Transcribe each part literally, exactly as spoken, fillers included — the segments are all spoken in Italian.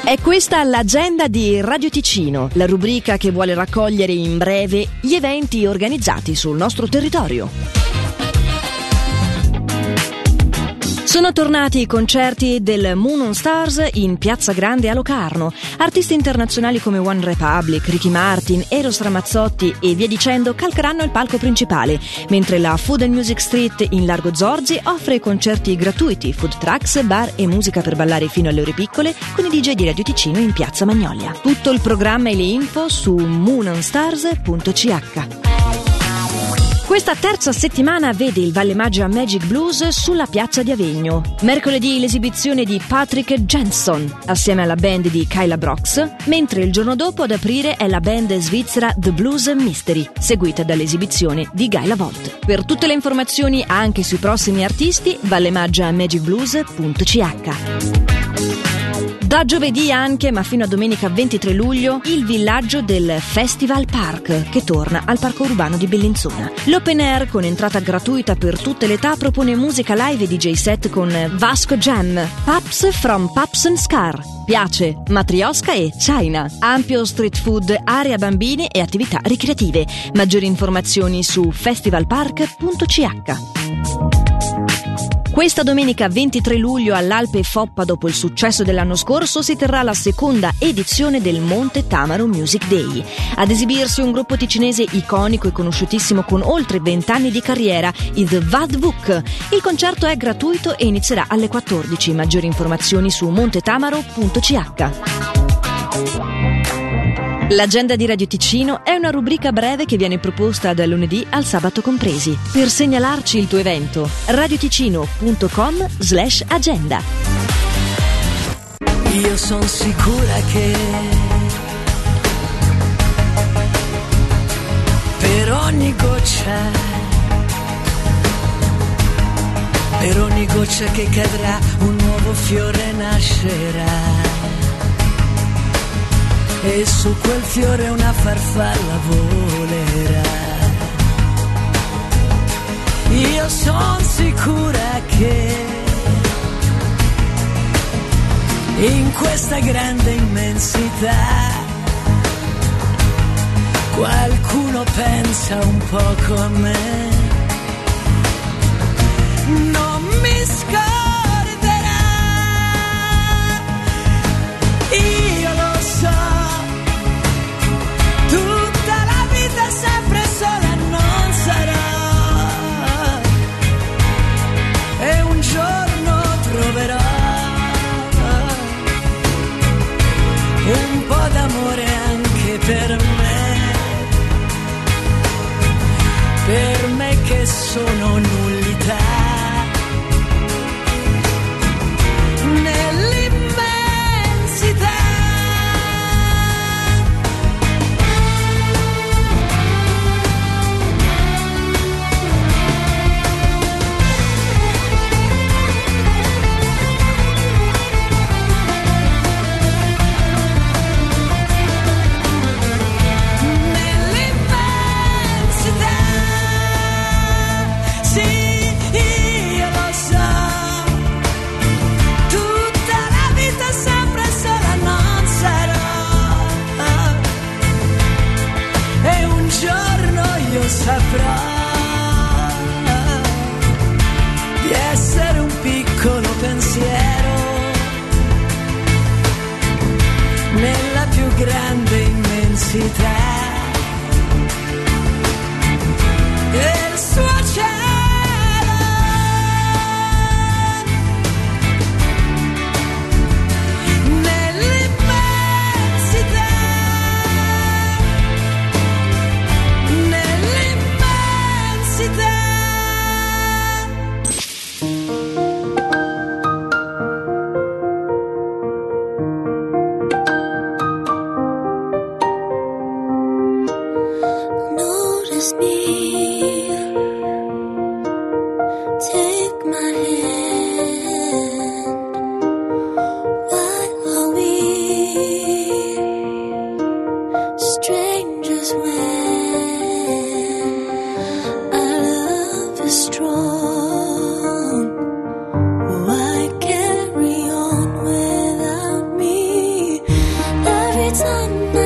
È questa l'agenda di Radio Ticino, la rubrica che vuole raccogliere in breve gli eventi organizzati sul nostro territorio. Sono tornati i concerti del Moon on Stars in Piazza Grande a Locarno. Artisti internazionali come One Republic, Ricky Martin, Eros Ramazzotti e via dicendo calcheranno il palco principale, mentre la Food and Music Street in Largo Zorzi offre concerti gratuiti, food trucks, bar e musica per ballare fino alle ore piccole con i D J di Radio Ticino in Piazza Magnolia. Tutto il programma e le info su moon on stars punto c h. Questa terza settimana vede il Valle Maggia Magic Blues sulla piazza di Avegno. Mercoledì l'esibizione di Patrick Jenson assieme alla band di Kyla Brox, mentre il giorno dopo ad aprire è la band svizzera The Blues Mystery, seguita dall'esibizione di Guy Lavotte. Per tutte le informazioni anche sui prossimi artisti, vallemaggia magic blues punto c h. Da giovedì anche, ma fino a domenica ventitré luglio, il villaggio del Festival Park, che torna al parco urbano di Bellinzona. L'open air, con entrata gratuita per tutte le età, propone musica live e D J set con Vasco Jam, Paps from Paps and Scar, Piace, Matrioska e China. Ampio street food, area bambini e attività ricreative. Maggiori informazioni su festival park punto c h. Questa domenica ventitré luglio all'Alpe Foppa, dopo il successo dell'anno scorso, si terrà la seconda edizione del Monte Tamaro Music Day. Ad esibirsi un gruppo ticinese iconico e conosciutissimo con oltre vent'anni di carriera, i The Vadvuk. Il concerto è gratuito e inizierà alle quattordici. Maggiori informazioni su montetamaro punto c h. L'agenda di Radio Ticino è una rubrica breve che viene proposta dal lunedì al sabato compresi. Per segnalarci il tuo evento, radioticino punto com slash agenda. Io son sicura che per ogni goccia, per ogni goccia che cadrà, un nuovo fiore nascerà. E su quel fiore una farfalla volerà. Io son sicura che in questa grande immensità qualcuno pensa un poco a me. Non mi scorderà. Io lo so. Un po' d'amore anche per me, per me che sono nullità. Saprò di essere un piccolo pensiero nella più grande immensità del suo cielo.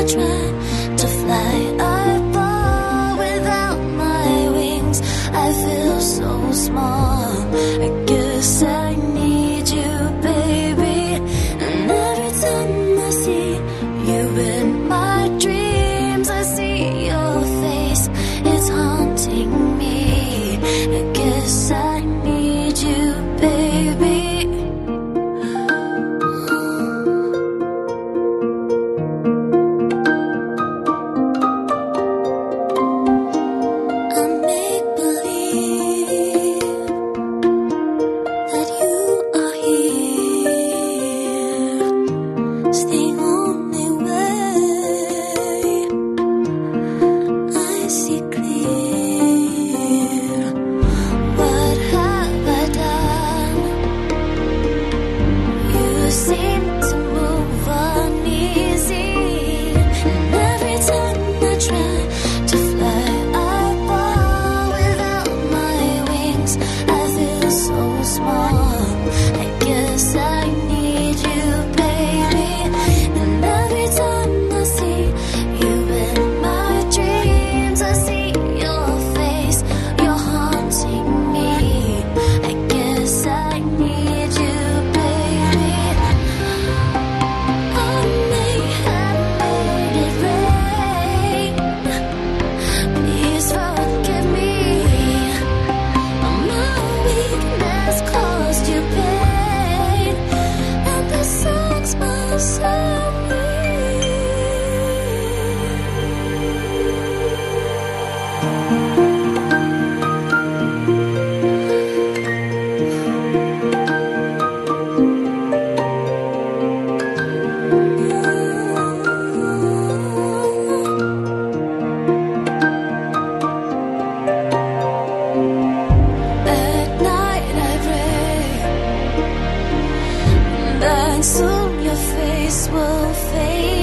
try to fly, I fall without my wings. I feel so small. I guess I need you, baby. And every time I see you in my dreams, I see your face. It's haunting me. I guess I need you, baby. Soon your face will fade.